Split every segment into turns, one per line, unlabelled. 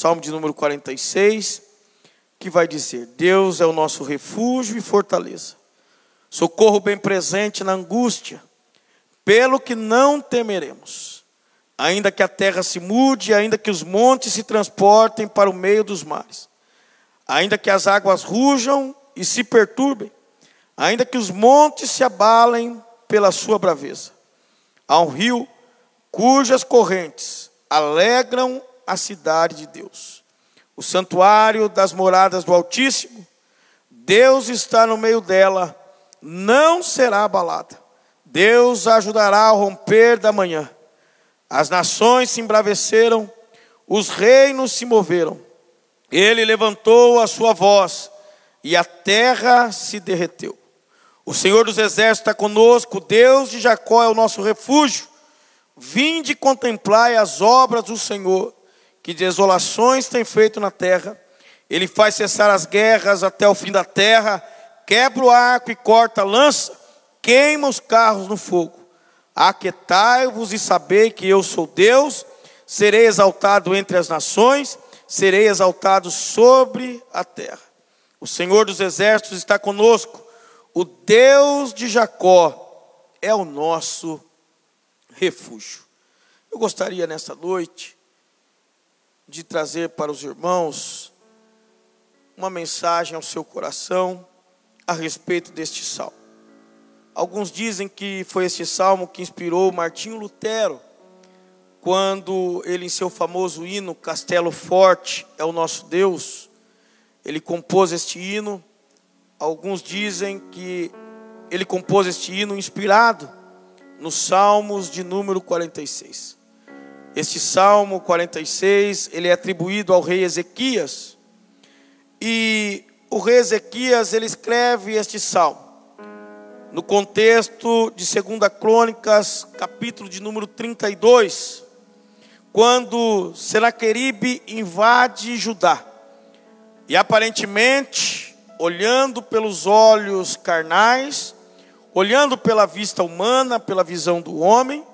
Salmo de número 46, que vai dizer: Deus é o nosso refúgio e fortaleza, socorro bem presente na angústia, pelo que não temeremos. Ainda que a terra se mude, ainda que os montes se transportem para o meio dos mares, ainda que as águas rujam e se perturbem, ainda que os montes se abalem pela sua braveza. Há um rio cujas correntes alegram a cidade de Deus, o santuário das moradas do Altíssimo. Deus está no meio dela, não será abalada. Deus a ajudará ao romper da manhã. As nações se embraveceram, os reinos se moveram. Ele levantou a sua voz e a terra se derreteu. O Senhor dos exércitos está conosco, o Deus de Jacó é o nosso refúgio. Vinde e contemplai as obras do Senhor, que desolações tem feito na terra. Ele faz cessar as guerras até o fim da terra, quebra o arco e corta a lança, queima os carros no fogo. Aquietai-vos e sabei que eu sou Deus, serei exaltado entre as nações, serei exaltado sobre a terra. O Senhor dos exércitos está conosco, o Deus de Jacó é o nosso refúgio. Eu gostaria nesta noite de trazer para os irmãos uma mensagem ao seu coração a respeito deste salmo. Alguns dizem que foi este salmo que inspirou Martinho Lutero, quando ele, em seu famoso hino, Castelo Forte é o nosso Deus, ele compôs este hino. Alguns dizem que ele compôs este hino inspirado nos Salmos de número 46. Este Salmo 46, ele é atribuído ao rei Ezequias. E o rei Ezequias, ele escreve este salmo no contexto de 2 Crônicas, capítulo de número 32, quando Senaqueribe invade Judá. E aparentemente, olhando pelos olhos carnais, olhando pela vista humana, pela visão do homem,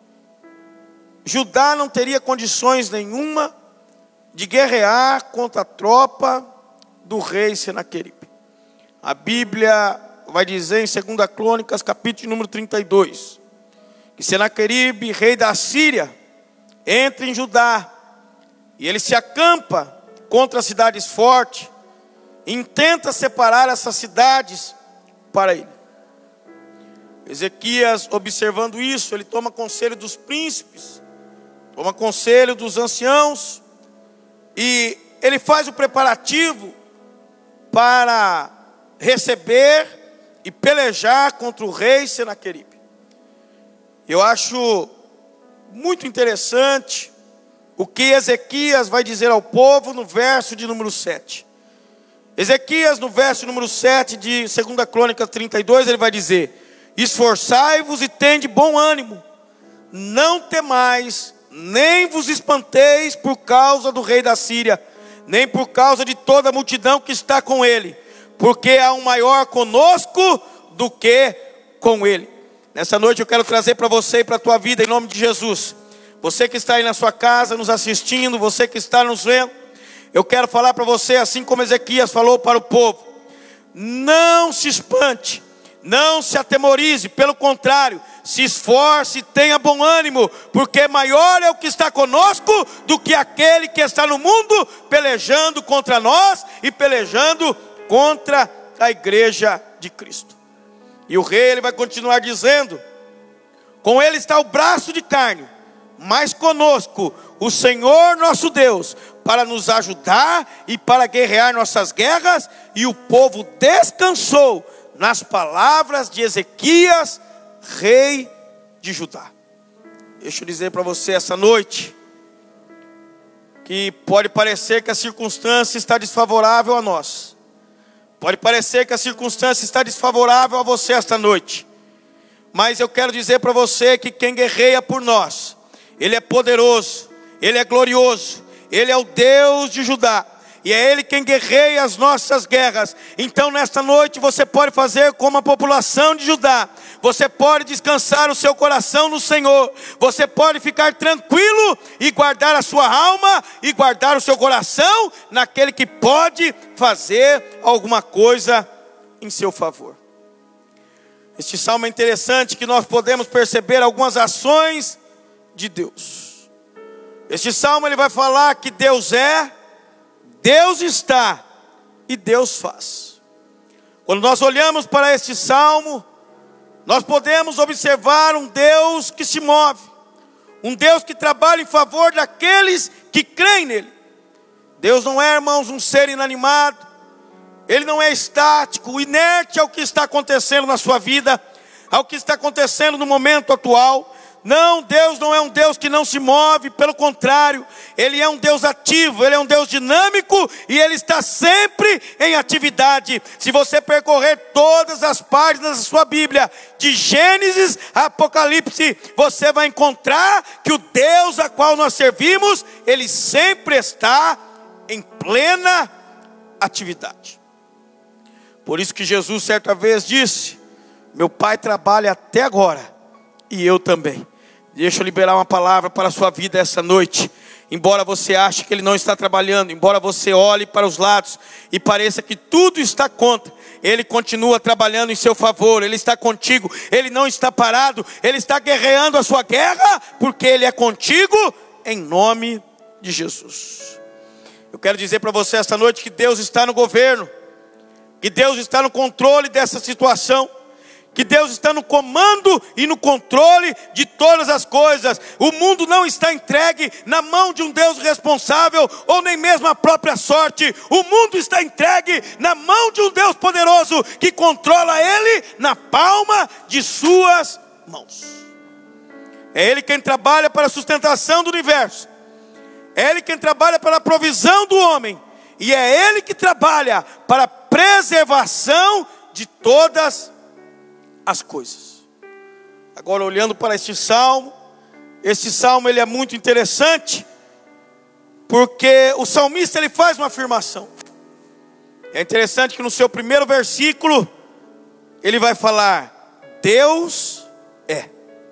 Judá não teria condições nenhuma de guerrear contra a tropa do rei Senaqueribe. A Bíblia vai dizer em 2 Crônicas, capítulo número 32, que Senaqueribe, rei da Síria, entra em Judá, e ele se acampa contra as cidades fortes, intenta separar essas cidades para ele. Ezequias, observando isso, ele toma conselho dos príncipes, toma conselho dos anciãos, e ele faz o preparativo para receber e pelejar contra o rei Senaqueribe. Eu acho muito interessante o que Ezequias vai dizer ao povo no verso de número 7. Ezequias, no verso número 7 de 2 Crônicas 32, ele vai dizer: esforçai-vos e tende bom ânimo, não temais, nem vos espanteis por causa do rei da Síria, nem por causa de toda a multidão que está com ele, porque há um maior conosco do que com ele. Nessa noite eu quero trazer para você e para a tua vida, em nome de Jesus. Você que está aí na sua casa nos assistindo, você que está nos vendo, eu quero falar para você, assim como Ezequias falou para o povo: não se espante, não se atemorize, pelo contrário, se esforce e tenha bom ânimo, porque maior é o que está conosco do que aquele que está no mundo, pelejando contra nós e pelejando contra a igreja de Cristo. E o rei, ele vai continuar dizendo: com ele está o braço de carne, mas conosco o Senhor nosso Deus, para nos ajudar e para guerrear nossas guerras. E o povo descansou nas palavras de Ezequias, rei de Judá. Deixa eu dizer para você essa noite, que pode parecer que a circunstância está desfavorável a nós, pode parecer que a circunstância está desfavorável a você esta noite, mas eu quero dizer para você que quem guerreia por nós, Ele é poderoso, Ele é glorioso, Ele é o Deus de Judá, e é Ele quem guerreia as nossas guerras. Então nesta noite você pode fazer como a população de Judá: você pode descansar o seu coração no Senhor. Você pode ficar tranquilo e guardar a sua alma e guardar o seu coração naquele que pode fazer alguma coisa em seu favor. Este salmo é interessante, que nós podemos perceber algumas ações de Deus. Este salmo ele vai falar que Deus é, Deus está e Deus faz. Quando nós olhamos para este salmo, nós podemos observar um Deus que se move, um Deus que trabalha em favor daqueles que creem nele. Deus não é, irmãos, um ser inanimado. Ele não é estático, inerte ao que está acontecendo na sua vida, ao que está acontecendo no momento atual. Não, Deus não é um Deus que não se move, pelo contrário, Ele é um Deus ativo, Ele é um Deus dinâmico e Ele está sempre em atividade. Se você percorrer todas as páginas da sua Bíblia, de Gênesis a Apocalipse, você vai encontrar que o Deus a qual nós servimos, Ele sempre está em plena atividade. Por isso que Jesus certa vez disse: meu Pai trabalha até agora e eu também. Deixa eu liberar uma palavra para a sua vida essa noite. Embora você ache que Ele não está trabalhando, embora você olhe para os lados e pareça que tudo está contra, Ele continua trabalhando em seu favor. Ele está contigo, Ele não está parado, Ele está guerreando a sua guerra, porque Ele é contigo, em nome de Jesus. Eu quero dizer para você esta noite que Deus está no governo, que Deus está no controle dessa situação, que Deus está no comando e no controle de todas as coisas. O mundo não está entregue na mão de um Deus responsável, ou nem mesmo a própria sorte. O mundo está entregue na mão de um Deus poderoso, que controla ele na palma de suas mãos. É Ele quem trabalha para a sustentação do universo, é Ele quem trabalha para a provisão do homem, e é Ele que trabalha para a preservação de todas as coisas. Agora, olhando para este salmo ele é muito interessante, porque o salmista ele faz uma afirmação. É interessante que no seu primeiro versículo ele vai falar: Deus é.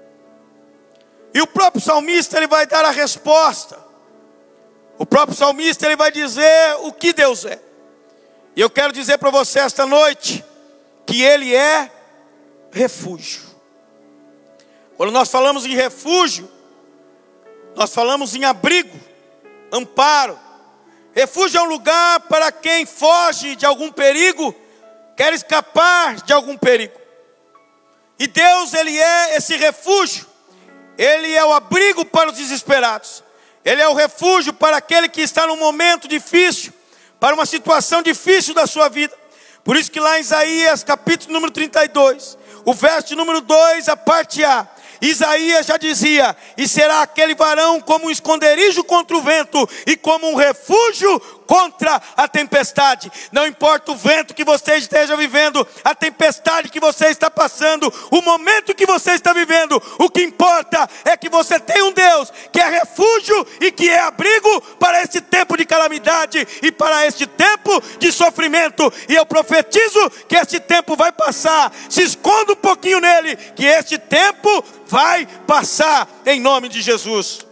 E o próprio salmista ele vai dar a resposta. O próprio salmista ele vai dizer o que Deus é. E eu quero dizer para você esta noite que Ele é refúgio. Quando nós falamos em refúgio, nós falamos em abrigo, amparo. Refúgio é um lugar para quem foge de algum perigo, quer escapar de algum perigo. E Deus, Ele é esse refúgio. Ele é o abrigo para os desesperados. Ele é o refúgio para aquele que está num momento difícil, para uma situação difícil da sua vida. Por isso que lá em Isaías, capítulo número 32, o verso número 2, a parte A, Isaías já dizia: e será aquele varão como um esconderijo contra o vento, e como um refúgio contra a tempestade. Não importa o vento que você esteja vivendo, a tempestade que você está passando, o momento que você está vivendo, o que importa é que você tem um Deus que é refúgio e que é abrigo para esse tempo de calamidade e para este tempo de sofrimento. E eu profetizo que este tempo vai passar. Se esconda um pouquinho nele, que este tempo vai passar em nome de Jesus.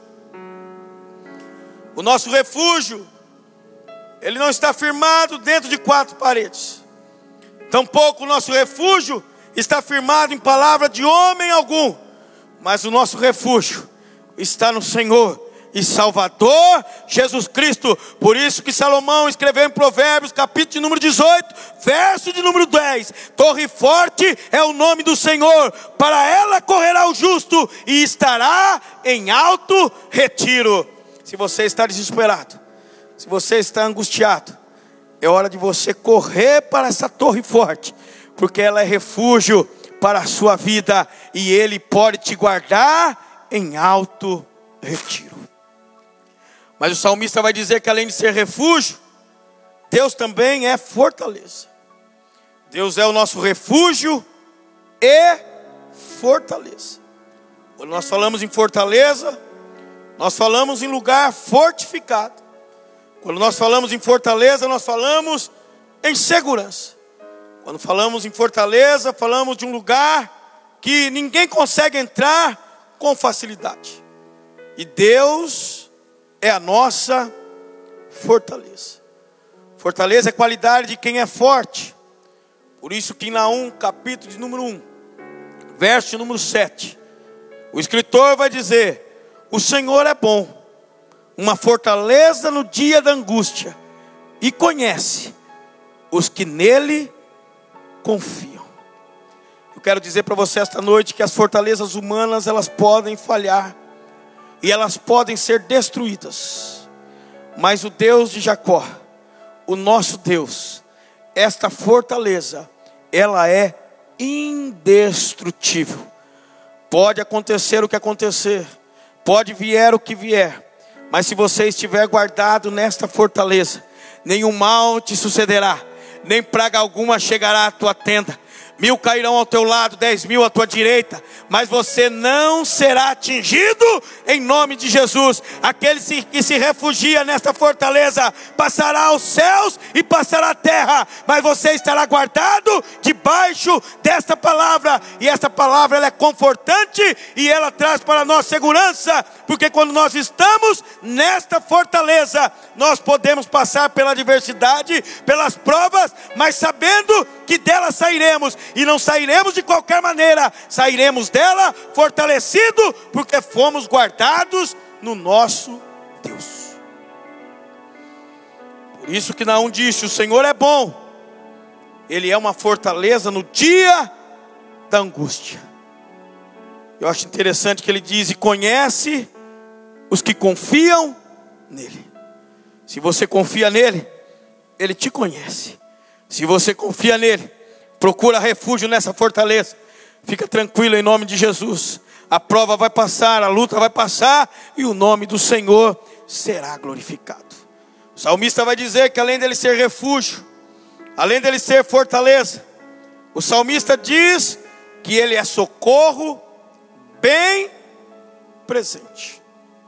O nosso refúgio, ele não está firmado dentro de quatro paredes. Tampouco o nosso refúgio está firmado em palavra de homem algum. Mas o nosso refúgio está no Senhor e Salvador Jesus Cristo. Por isso que Salomão escreveu em Provérbios, capítulo de número 18, verso de número 10: torre forte é o nome do Senhor, para ela correrá o justo e estará em alto retiro. Se você está desesperado, se você está angustiado, é hora de você correr para essa torre forte, porque ela é refúgio para a sua vida, e Ele pode te guardar em alto retiro. Mas o salmista vai dizer que além de ser refúgio, Deus também é fortaleza. Deus é o nosso refúgio e fortaleza. Quando nós falamos em fortaleza, nós falamos em lugar fortificado. Quando nós falamos em fortaleza, nós falamos em segurança. Quando falamos em fortaleza, falamos de um lugar que ninguém consegue entrar com facilidade. E Deus é a nossa fortaleza. Fortaleza é qualidade de quem é forte. Por isso que em Naum, capítulo de número 1, verso número 7, o escritor vai dizer: o Senhor é bom, uma fortaleza no dia da angústia, e conhece os que nele confiam. Eu quero dizer para você esta noite que as fortalezas humanas, elas podem falhar e elas podem ser destruídas, mas o Deus de Jacó, o nosso Deus, esta fortaleza, ela é indestrutível. Pode acontecer o que acontecer, pode vier o que vier, mas se você estiver guardado nesta fortaleza, nenhum mal te sucederá, nem praga alguma chegará à tua tenda. 1000 cairão ao teu lado, 10.000 à tua direita, mas você não será atingido em nome de Jesus. Aquele que se refugia nesta fortaleza passará aos céus e passará a terra, mas você estará guardado debaixo desta palavra. E esta palavra, ela é confortante e ela traz para nós segurança, porque quando nós estamos nesta fortaleza, nós podemos passar pela adversidade, pelas provas, mas sabendo que dela sairemos. E não sairemos de qualquer maneira, sairemos dela fortalecido, porque fomos guardados no nosso Deus. Por isso que Naum disse: o Senhor é bom, Ele é uma fortaleza no dia da angústia. Eu acho interessante que ele diz: e conhece os que confiam nele. Se você confia nele, ele te conhece. Se você confia nele, procura refúgio nessa fortaleza. Fica tranquilo em nome de Jesus. A prova vai passar, a luta vai passar, e o nome do Senhor será glorificado. O salmista vai dizer que além dele ser refúgio, além dele ser fortaleza, o salmista diz que ele é socorro bem presente.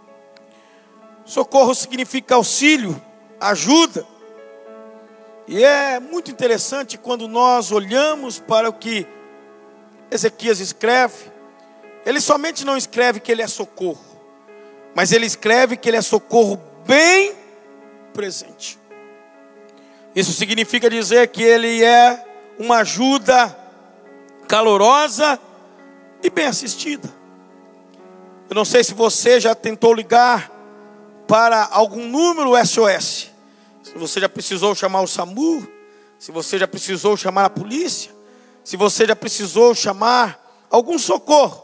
Socorro significa auxílio, ajuda. E é muito interessante quando nós olhamos para o que Ezequias escreve. Ele somente não escreve que ele é socorro, mas ele escreve que ele é socorro bem presente. Isso significa dizer que ele é uma ajuda calorosa e bem assistida. Eu não sei se você já tentou ligar para algum número SOS. Se você já precisou chamar o SAMU, se você já precisou chamar a polícia, se você já precisou chamar algum socorro.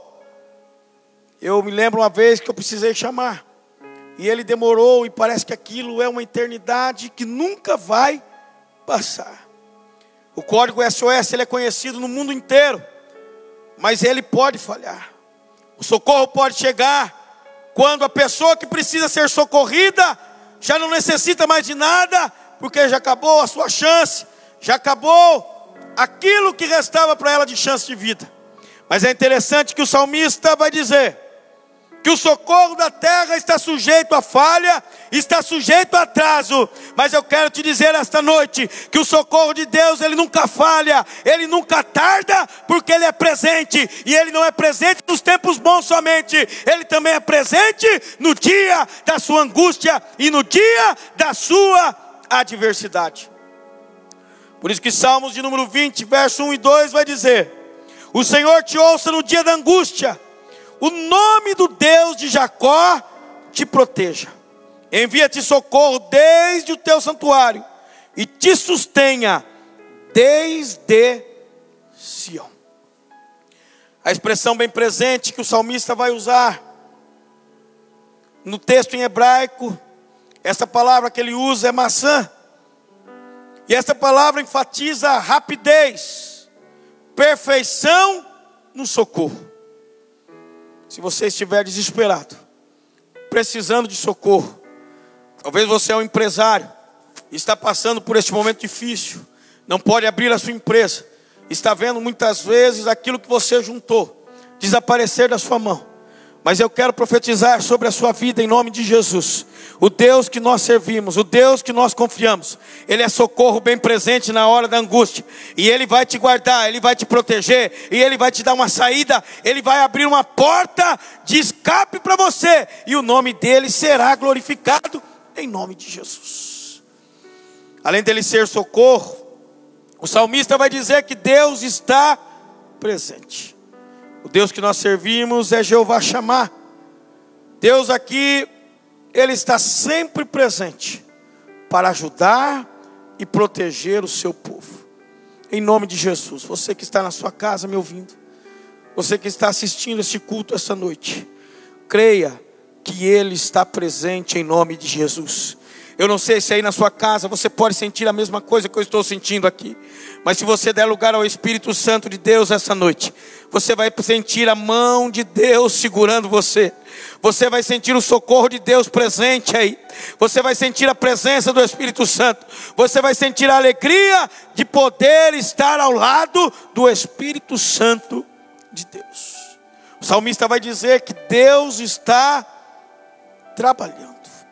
Eu me lembro uma vez que eu precisei chamar, e ele demorou, e parece que aquilo é uma eternidade que nunca vai passar. O código SOS, ele é conhecido no mundo inteiro, mas ele pode falhar. O socorro pode chegar quando a pessoa que precisa ser socorrida já não necessita mais de nada, porque já acabou a sua chance, já acabou aquilo que restava para ela de chance de vida. Mas é interessante que o salmista vai dizer que o socorro da terra está sujeito a falha, está sujeito a atraso. Mas eu quero te dizer esta noite que o socorro de Deus, ele nunca falha, ele nunca tarda, porque ele é presente. E ele não é presente nos tempos bons somente, ele também é presente no dia da sua angústia e no dia da sua adversidade. Por isso que Salmos de número 20, verso 1 e 2 vai dizer: o Senhor te ouça no dia da angústia, o nome do Deus de Jacó te proteja. Envia-te socorro desde o teu santuário e te sustenha desde Sião. A expressão bem presente que o salmista vai usar no texto em hebraico, essa palavra que ele usa é maçã. E essa palavra enfatiza a rapidez, perfeição no socorro. Se você estiver desesperado, precisando de socorro, talvez você é um empresário, está passando por este momento difícil, não pode abrir a sua empresa, está vendo muitas vezes aquilo que você juntou desaparecer da sua mão. Mas eu quero profetizar sobre a sua vida em nome de Jesus. O Deus que nós servimos, o Deus que nós confiamos, Ele é socorro bem presente na hora da angústia. E Ele vai te guardar, Ele vai te proteger, e Ele vai te dar uma saída. Ele vai abrir uma porta de escape para você, e o nome dEle será glorificado em nome de Jesus. Além dEle ser socorro, o salmista vai dizer que Deus está presente. O Deus que nós servimos é Jeová Shammah. Deus aqui, Ele está sempre presente para ajudar e proteger o seu povo. Em nome de Jesus, você que está na sua casa me ouvindo, você que está assistindo este culto essa noite, creia que Ele está presente em nome de Jesus. Eu não sei se aí na sua casa você pode sentir a mesma coisa que eu estou sentindo aqui. Mas se você der lugar ao Espírito Santo de Deus essa noite, você vai sentir a mão de Deus segurando você. Você vai sentir o socorro de Deus presente aí. Você vai sentir a presença do Espírito Santo. Você vai sentir a alegria de poder estar ao lado do Espírito Santo de Deus. O salmista vai dizer que Deus está trabalhando.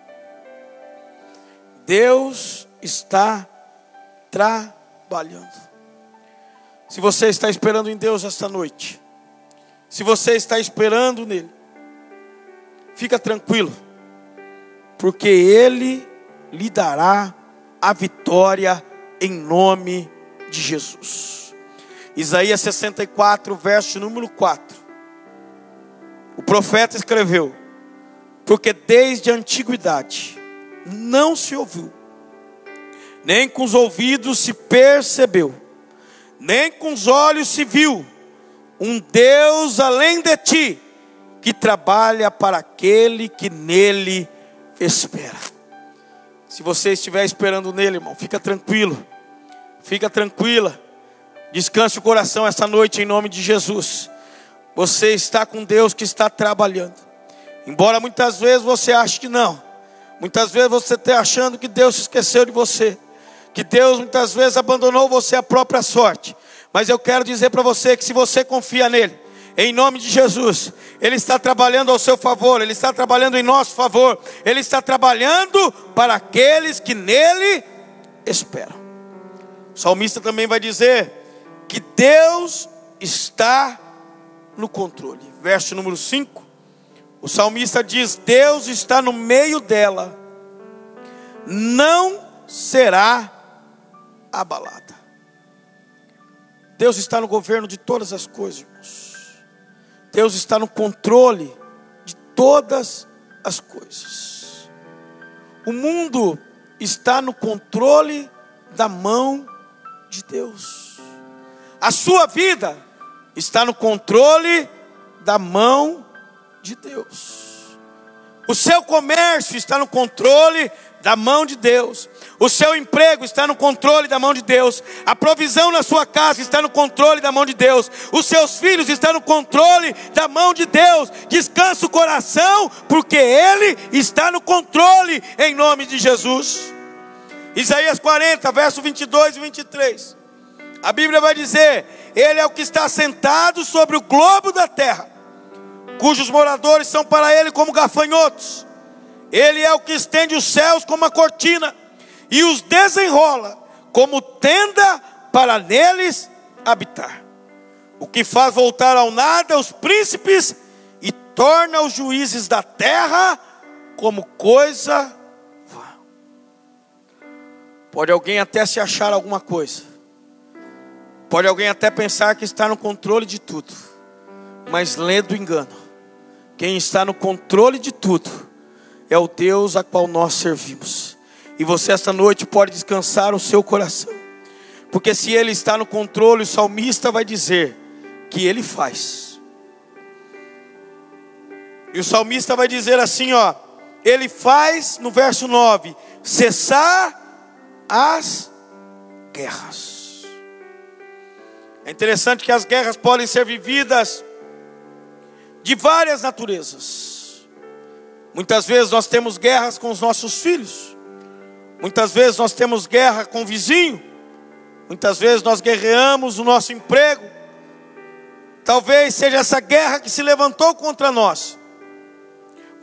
Deus está trabalhando. Se você está esperando em Deus esta noite, se você está esperando nele, fica tranquilo, porque Ele lhe dará a vitória em nome de Jesus. Isaías 64, verso número 4. O profeta escreveu: porque desde a antiguidade não se ouviu, nem com os ouvidos se percebeu, nem com os olhos se viu, um Deus além de ti, que trabalha para aquele que nele espera. Se você estiver esperando nele, irmão, fica tranquilo, fica tranquila, descanse o coração essa noite em nome de Jesus. Você está com Deus que está trabalhando, embora muitas vezes você ache que não. Muitas vezes você está achando que Deus se esqueceu de você, que Deus muitas vezes abandonou você à própria sorte. Mas eu quero dizer para você que se você confia nele, em nome de Jesus, Ele está trabalhando ao seu favor, Ele está trabalhando em nosso favor, Ele está trabalhando para aqueles que nele esperam. O salmista também vai dizer que Deus está no controle. Verso número 5. O salmista diz: Deus está no meio dela, não será abalada. Deus está no governo de todas as coisas, irmãos. Deus está no controle de todas as coisas. O mundo está no controle da mão de Deus. A sua vida está no controle da mão de Deus. O seu comércio está no controle da mão de Deus. O seu emprego está no controle da mão de Deus. A provisão na sua casa está no controle da mão de Deus. Os seus filhos estão no controle da mão de Deus. Descansa o coração, porque Ele está no controle em nome de Jesus. Isaías 40, verso 22 e 23. A Bíblia vai dizer: Ele é o que está assentado sobre o globo da terra, cujos moradores são para Ele como gafanhotos. Ele é o que estende os céus como uma cortina e os desenrola como tenda para neles habitar. O que faz voltar ao nada os príncipes e torna os juízes da terra como coisa vã. Pode alguém até se achar alguma coisa, pode alguém até pensar que está no controle de tudo, mas lê do engano. Quem está no controle de tudo é o Deus a qual nós servimos. E você esta noite pode descansar o seu coração, porque se Ele está no controle, o salmista vai dizer que Ele faz. E o salmista vai dizer assim, Ele faz, no verso 9, cessar as guerras. É interessante que as guerras podem ser vividas de várias naturezas. Muitas vezes nós temos guerras com os nossos filhos. Muitas vezes nós temos guerra com o vizinho. Muitas vezes nós guerreamos o nosso emprego. Talvez seja essa guerra que se levantou contra nós.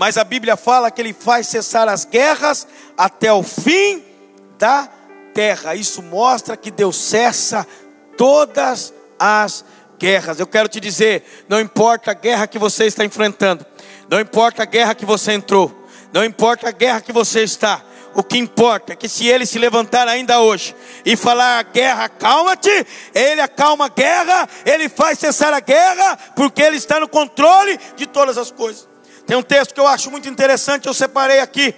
mas a Bíblia fala que Ele faz cessar as guerras até o fim da terra. Isso mostra que Deus cessa todas as guerras. Eu quero te dizer, não importa a guerra que você está enfrentando, não importa a guerra que você entrou, não importa a guerra que você está, o que importa é que se Ele se levantar ainda hoje e falar: guerra, acalma-te, Ele acalma a guerra, Ele faz cessar a guerra, porque Ele está no controle de todas as coisas. Tem um texto que eu acho muito interessante, eu separei aqui,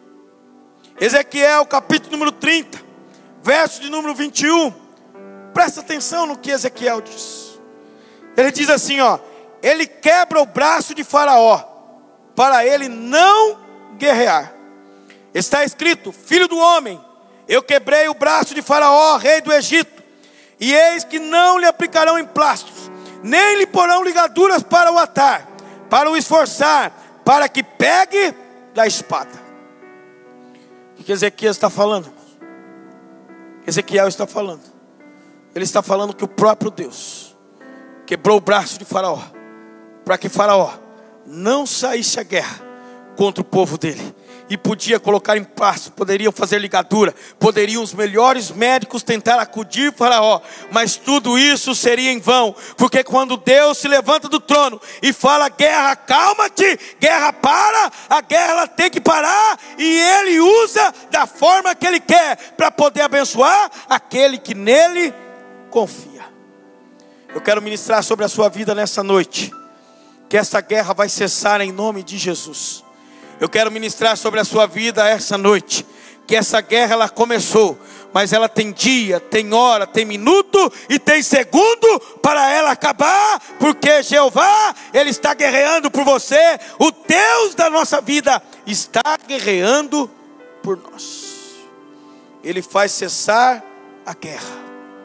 Ezequiel capítulo número 30, verso de número 21, presta atenção no que Ezequiel diz. Ele diz assim, ó: Ele quebra o braço de Faraó, para ele não guerrear. Está escrito: filho do homem, eu quebrei o braço de Faraó, rei do Egito, e eis que não lhe aplicarão emplastos, nem lhe porão ligaduras para o atar, para o esforçar, para que pegue da espada. O que Ezequiel está falando? Ezequiel está falando. Ele está falando que o próprio Deus quebrou o braço de Faraó, para que Faraó não saísse a guerra contra o povo dele. E podia colocar em passo, poderiam fazer ligadura, poderiam os melhores médicos tentar acudir Faraó, mas tudo isso seria em vão, porque quando Deus se levanta do trono e fala: guerra, calma-te, guerra, para, a guerra ela tem que parar, e Ele usa da forma que Ele quer, para poder abençoar aquele que nele confia. Eu quero ministrar sobre a sua vida nessa noite, que essa guerra vai cessar em nome de Jesus. Eu quero ministrar sobre a sua vida essa noite, que essa guerra ela começou, mas ela tem dia, tem hora, tem minuto e tem segundo para ela acabar, porque Jeová, Ele está guerreando por você, o Deus da nossa vida está guerreando por nós. Ele faz cessar a guerra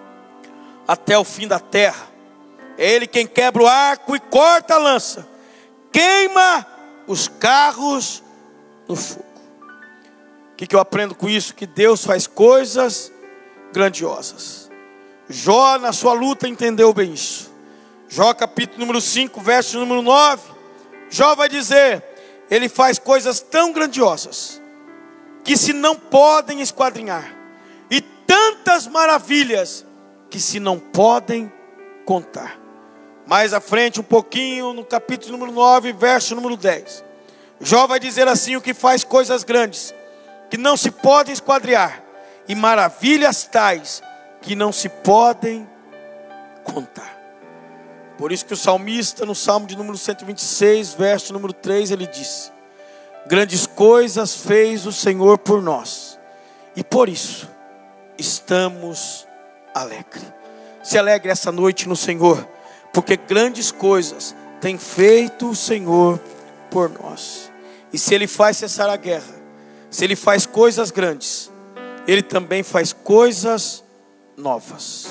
até o fim da terra. É Ele quem quebra o arco e corta a lança, queima os carros no fogo. O que eu aprendo com isso? Que Deus faz coisas grandiosas. Jó na sua luta entendeu bem isso. Jó capítulo número 5, verso número 9. Jó vai dizer: Ele faz coisas tão grandiosas que se não podem esquadrinhar, e tantas maravilhas que se não podem contar. Mais à frente um pouquinho, no capítulo número 9, verso número 10, Jó vai dizer assim: o que faz coisas grandes que não se podem esquadriar, e maravilhas tais que não se podem contar. Por isso que o salmista, no Salmo de número 126, verso número 3, ele disse: grandes coisas fez o Senhor por nós, e por isso estamos alegres. Se alegre essa noite no Senhor, porque grandes coisas tem feito o Senhor por nós. E se Ele faz cessar a guerra, se Ele faz coisas grandes, Ele também faz coisas novas.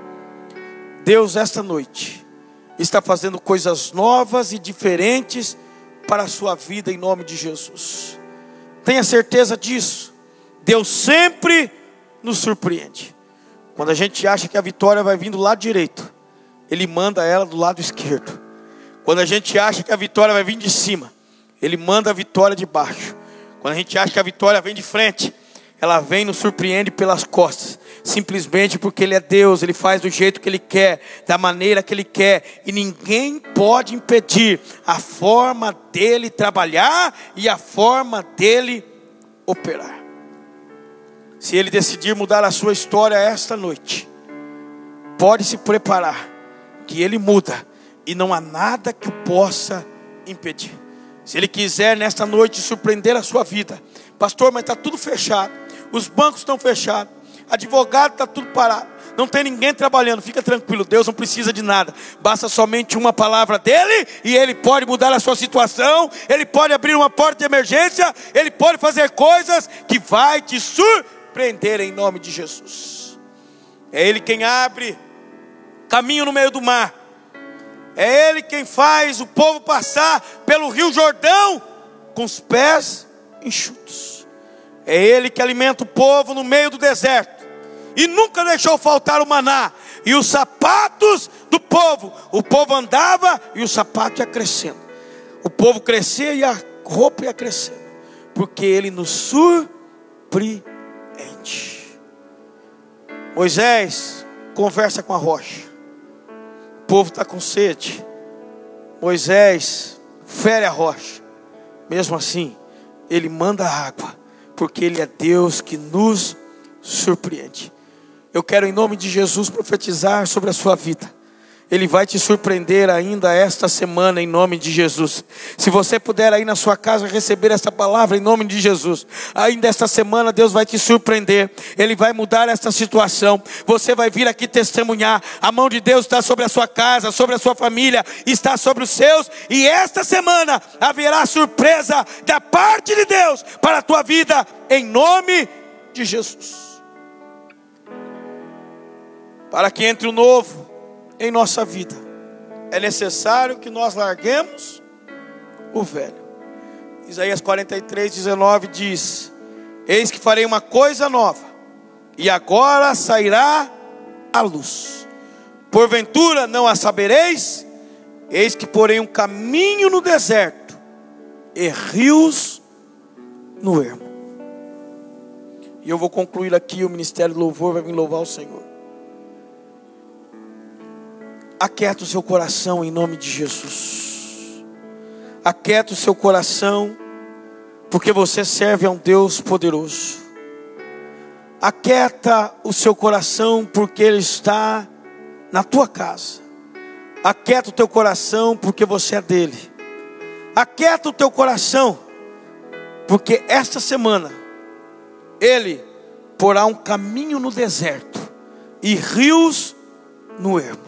Deus esta noite está fazendo coisas novas e diferentes para a sua vida em nome de Jesus. Tenha certeza disso. Deus sempre nos surpreende. Quando a gente acha que a vitória vai vir do lado direito, Ele manda ela do lado esquerdo. Quando a gente acha que a vitória vai vir de cima, Ele manda a vitória de baixo. Quando a gente acha que a vitória vem de frente, ela vem e nos surpreende pelas costas. Simplesmente porque Ele é Deus, Ele faz do jeito que Ele quer, da maneira que Ele quer. E ninguém pode impedir a forma dEle trabalhar e a forma dEle operar. Se Ele decidir mudar a sua história esta noite, pode se preparar, que Ele muda e não há nada que o possa impedir. Se Ele quiser nesta noite surpreender a sua vida: pastor, mas está tudo fechado, os bancos estão fechados, advogado está tudo parado, não tem ninguém trabalhando. Fica tranquilo, Deus não precisa de nada, basta somente uma palavra dEle e Ele pode mudar a sua situação. Ele pode abrir uma porta de emergência, Ele pode fazer coisas que vai te surpreender em nome de Jesus. É Ele quem abre caminho no meio do mar, é Ele quem faz o povo passar pelo rio Jordão com os pés enxutos. É Ele que alimenta o povo no meio do deserto e nunca deixou faltar o maná. E os sapatos do povo, o povo andava e o sapato ia crescendo. O povo crescia e ia roupa ia crescendo, porque Ele nos surpreende. Moisés conversa com a rocha. O povo está com sede. Moisés fere a rocha. Mesmo assim, Ele manda água, porque Ele é Deus que nos surpreende. Eu quero, em nome de Jesus, profetizar sobre a sua vida. Ele vai te surpreender ainda esta semana, em nome de Jesus. Se você puder aí na sua casa receber essa palavra, em nome de Jesus, ainda esta semana Deus vai te surpreender. Ele vai mudar esta situação. Você vai vir aqui testemunhar. A mão de Deus está sobre a sua casa, sobre a sua família, está sobre os seus. E esta semana haverá surpresa da parte de Deus para a tua vida, em nome de Jesus. Para que entre o novo em nossa vida, é necessário que nós larguemos o velho. Isaías 43:19 diz: eis que farei uma coisa nova, e agora sairá a luz. Porventura não a sabereis? Eis que porei um caminho no deserto, e rios no ermo. E eu vou concluir aqui, o ministério do louvor vai vir louvar o Senhor. Aquieta o seu coração em nome de Jesus. Aquieta o seu coração, porque você serve a um Deus poderoso. Aquieta o seu coração, porque Ele está na tua casa. Aquieta o teu coração, porque você é dele. Aquieta o teu coração, porque esta semana Ele porá um caminho no deserto e rios no ermo.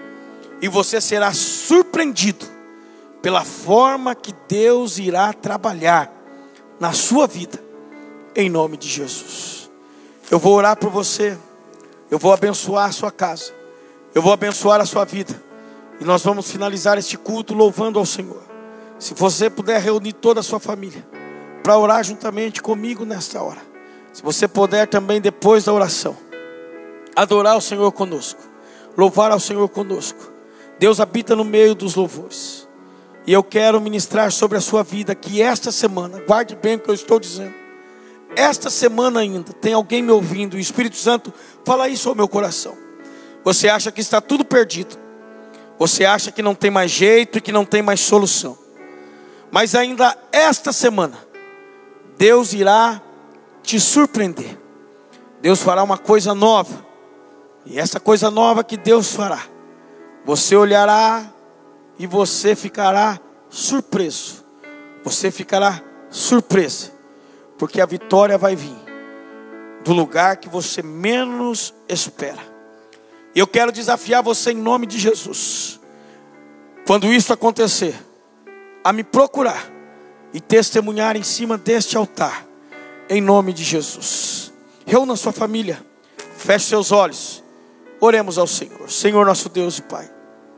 E você será surpreendido pela forma que Deus irá trabalhar na sua vida, em nome de Jesus. Eu vou orar por você, eu vou abençoar a sua casa, eu vou abençoar a sua vida, e nós vamos finalizar este culto louvando ao Senhor. Se você puder reunir toda a sua família para orar juntamente comigo nesta hora, se você puder também depois da oração adorar o Senhor conosco, louvar ao Senhor conosco. Deus habita no meio dos louvores. E eu quero ministrar sobre a sua vida que esta semana, guarde bem o que eu estou dizendo, esta semana ainda, tem alguém me ouvindo, e o Espírito Santo fala isso ao meu coração. Você acha que está tudo perdido. Você acha que não tem mais jeito e que não tem mais solução. Mas ainda esta semana, Deus irá te surpreender. Deus fará uma coisa nova. E essa coisa nova que Deus fará, você olhará e você ficará surpreso. Você ficará surpresa, porque a vitória vai vir do lugar que você menos espera. E eu quero desafiar você em nome de Jesus, quando isso acontecer, a me procurar e testemunhar em cima deste altar, em nome de Jesus. Reúna sua família, feche seus olhos, oremos ao Senhor. Senhor nosso Deus e Pai,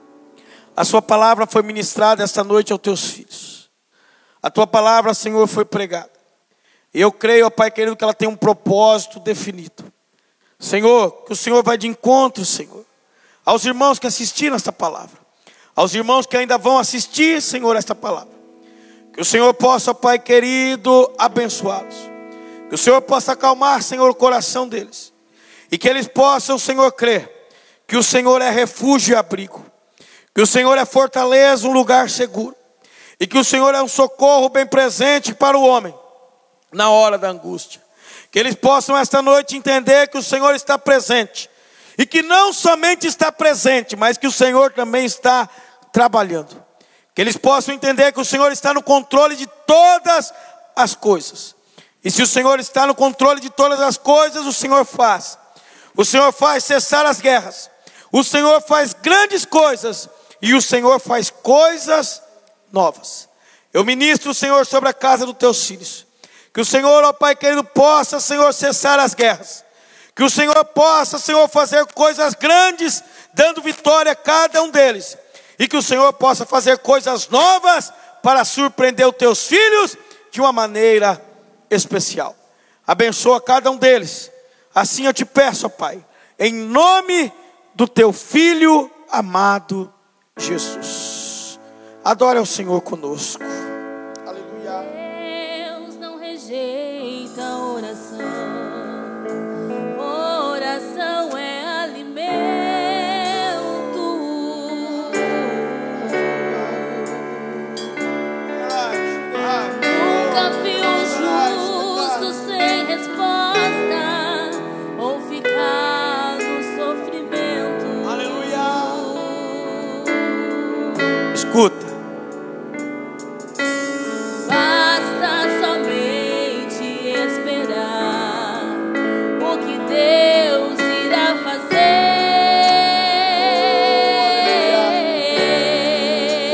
a sua palavra foi ministrada esta noite aos teus filhos. A tua palavra, Senhor, foi pregada. Eu creio, ó Pai querido, que ela tem um propósito definido. Senhor, que o Senhor vai de encontro, Senhor, aos irmãos que assistiram esta palavra, aos irmãos que ainda vão assistir, Senhor, esta palavra. Que o Senhor possa, ó Pai querido, abençoá-los. Que o Senhor possa acalmar, Senhor, o coração deles. E que eles possam, Senhor, crer que o Senhor é refúgio e abrigo. Que o Senhor é fortaleza, um lugar seguro. E que o Senhor é um socorro bem presente para o homem na hora da angústia. Que eles possam esta noite entender que o Senhor está presente. E que não somente está presente, mas que o Senhor também está trabalhando. Que eles possam entender que o Senhor está no controle de todas as coisas. E se o Senhor está no controle de todas as coisas, o Senhor faz. O Senhor faz cessar as guerras. O Senhor faz grandes coisas. E o Senhor faz coisas novas. Eu ministro, Senhor, sobre a casa dos teus filhos. Que o Senhor, ó Pai querido, possa, Senhor, cessar as guerras. Que o Senhor possa, Senhor, fazer coisas grandes, dando vitória a cada um deles. E que o Senhor possa fazer coisas novas para surpreender os teus filhos de uma maneira especial. Abençoa cada um deles. Assim eu te peço, ó Pai, em nome do teu Filho amado Jesus. Adore ao Senhor conosco. Aleluia.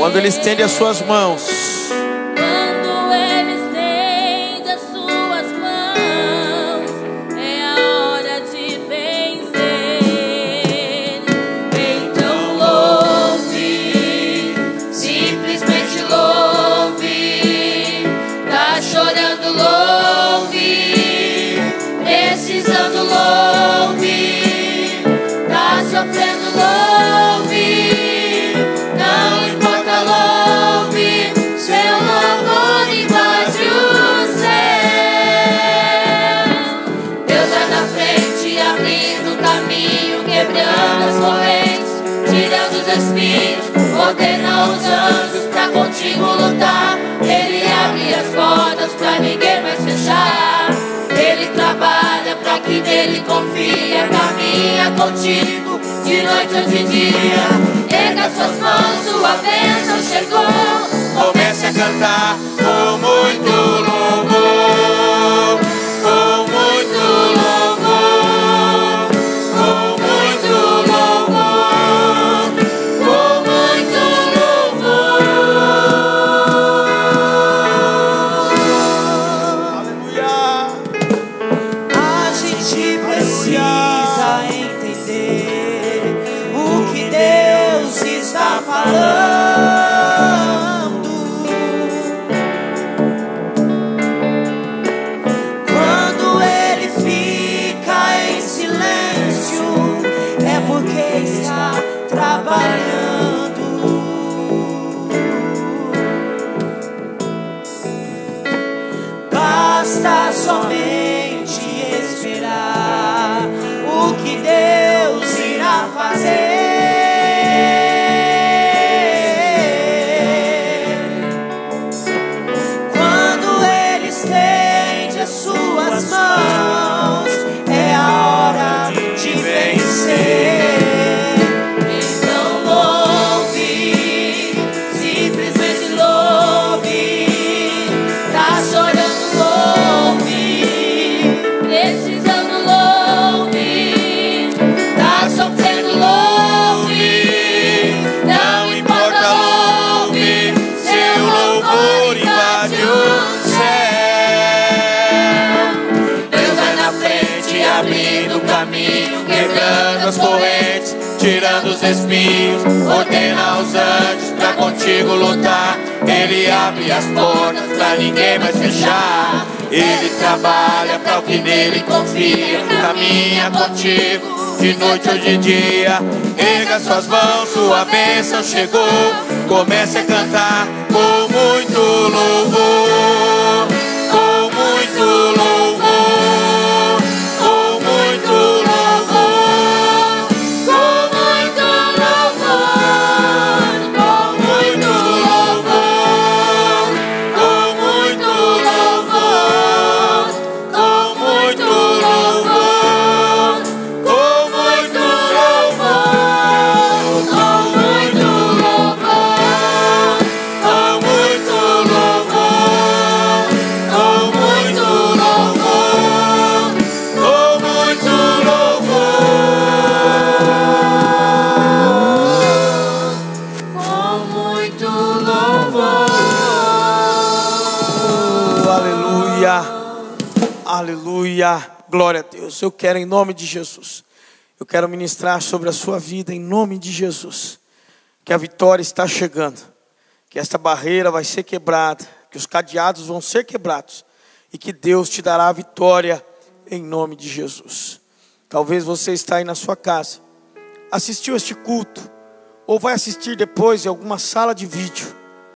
Quando Ele estende as suas mãos,
quando Ele estende as suas mãos, é a hora de vencer. Então louve, simplesmente louve. Tá chorando, louve. Precisando, louve. Tá sofrendo, louve. Não importa, louve. Seu louvor invade o céu. Deus vai na frente, abrindo o caminho, quebrando as correntes, tirando os espinhos, ordena os anjos pra contigo lutar. Ele abre as portas pra ninguém mais fechar. Ele trabalha pra quem nele confia, caminha contigo de noite ou de dia. Erga suas mãos, sua bênção chegou.
comece a cantar com muito louvor, com muito louvor, com muito louvor, com muito louvor. Aleluia.
A gente precisa entender o que Deus está falando. Quando Ele fica em silêncio, é porque está trabalhando. Basta somente esperar o que Deus irá fazer. Quando Ele estende as suas mãos, é a hora de vencer. Então louve, simplesmente louve. Tá chorando, louve.
Precisando, louve.
Tá sofrendo, louve.
Não importa, louve, seu louvor invade o céu.
Deus vai na frente, abrindo o caminho,
Quebrando as correntes, tirando os espinhos, ordena os anjos pra contigo lutar. Ele abre as portas pra ninguém mais fechar. Ele trabalha pra o que nele confia, caminha contigo de noite ou de dia. Erga suas mãos, sua bênção chegou. Comece a cantar com muito louvor, com muito louvor, com muito louvor, com muito louvor, com muito louvor, com muito louvor, com muito louvor, com muito louvor, com muito louvor, com muito louvor, com muito louvor, com muito louvor,
com muito louvor.
Aleluia, aleluia, glória a Deus. Eu quero em nome de Jesus, eu quero ministrar sobre a sua vida em nome de Jesus, que a vitória está chegando, que esta barreira vai ser quebrada, que os cadeados vão ser quebrados e que Deus te dará a vitória em nome de Jesus. Talvez você está aí na sua casa, assistiu este culto ou vai assistir depois em alguma sala de vídeo